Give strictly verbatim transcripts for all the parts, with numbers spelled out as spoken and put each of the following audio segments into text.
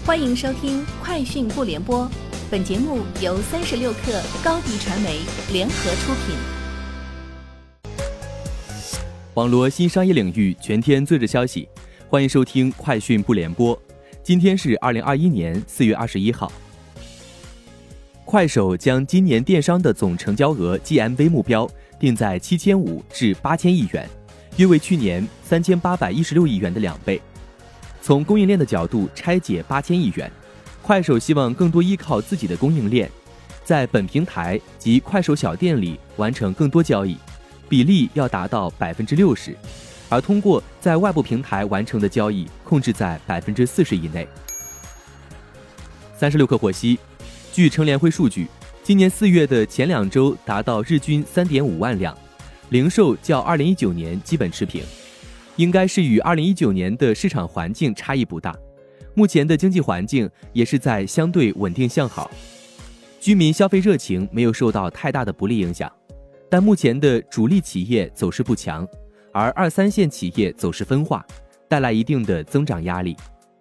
欢迎收听快讯不联播，本节目由三十六克高低传媒联合出品。 网罗新商业领域全天最热消息，欢迎收听快讯不联播。今天是二零二一年四月二十一号。快手将今年电商的总成交额 G M V 目标定在七千五至八千亿元，约为去年三千八百一十六亿元的两倍。从供应链的角度拆解八千亿元，快手希望更多依靠自己的供应链，在本平台及快手小店里完成更多交易，比例要达到百分之六十，而通过在外部平台完成的交易控制在百分之四十以内。三十六氪获悉，据乘联会数据，今年四月的前两周达到日均 三点五万辆，零售较二零一九年基本持平，应该是与二零一九年的市场环境差异不大。目前的经济环境也是在相对稳定向好，居民消费热情没有受到太大的不利影响，但目前的主力企业走势不强，而二三线企业走势分化，带来一定的增长压力。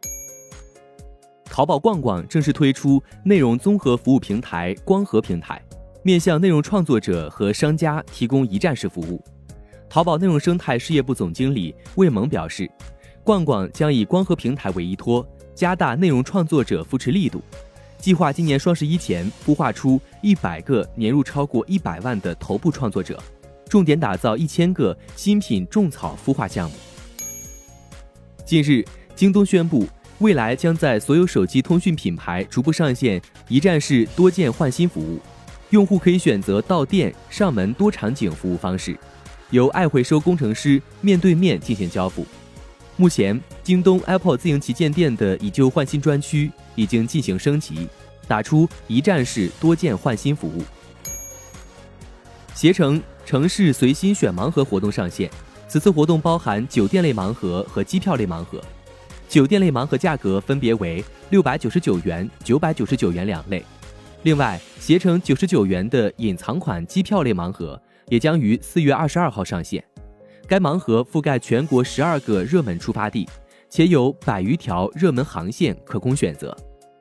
淘宝逛逛正式推出内容综合服务平台光合平台，面向内容创作者和商家提供一站式服务。淘宝内容生态事业部总经理魏萌表示，逛逛将以光合平台为依托，加大内容创作者扶持力度，计划今年双十一前孵化出一百个年入超过一百万的头部创作者，重点打造一千个新品种草孵化项目。近日，京东宣布，未来将在所有手机通讯品牌逐步上线一站式多件换新服务，用户可以选择到店、上门多场景服务方式，由爱回收工程师面对面进行交付。目前，京东 Apple 自营旗舰店的以旧换新专区已经进行升级，打出一站式多件换新服务。携程城市随心选盲盒活动上线，此次活动包含酒店类盲盒和机票类盲盒。酒店类盲盒价格分别为六百九十九元、九百九十九元两类。另外，携程九十九元的隐藏款机票类盲盒也将于四月二十二号上线。该盲盒覆盖全国十二个热门出发地，且有百余条热门航线可供选择。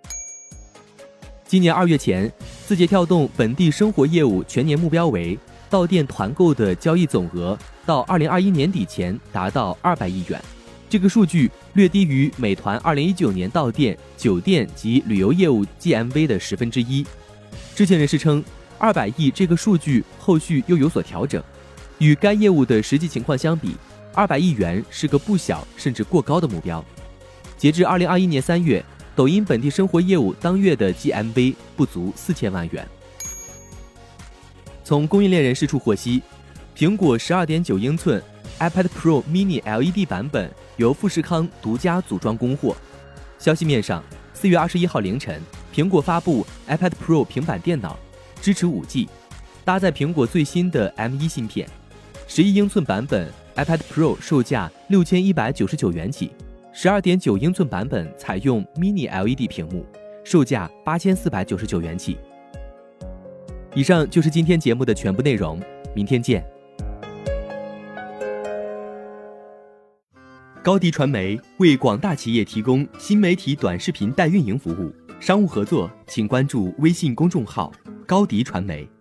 今年二月前，字节跳动本地生活业务全年目标为到店团购的交易总额到二零二一年底前达到二百亿元。这个数据略低于美团二零一九年到店、酒店及旅游业务 G M V 的十分之一。知情人士称，二百亿这个数据后续又有所调整，与该业务的实际情况相比，二百亿元是个不小甚至过高的目标。截至二零二一年三月，抖音本地生活业务当月的 G M V 不足四千万元。从供应链人士处获悉，苹果 十二点九英寸 iPad Pro Mini L E D 版本由富士康独家组装供货。消息面上，四月二十一号凌晨，苹果发布 iPad Pro 平板电脑，支持 五 G， 搭载苹果最新的 M 一 芯片。十一英寸版本 iPad Pro 售价六千一百九十九元起， 十二点九英寸版本采用 Mini L E D 屏幕，售价八千四百九十九元起。以上就是今天节目的全部内容，明天见。高迪传媒为广大企业提供新媒体短视频代运营服务，商务合作请关注微信公众号高迪传媒。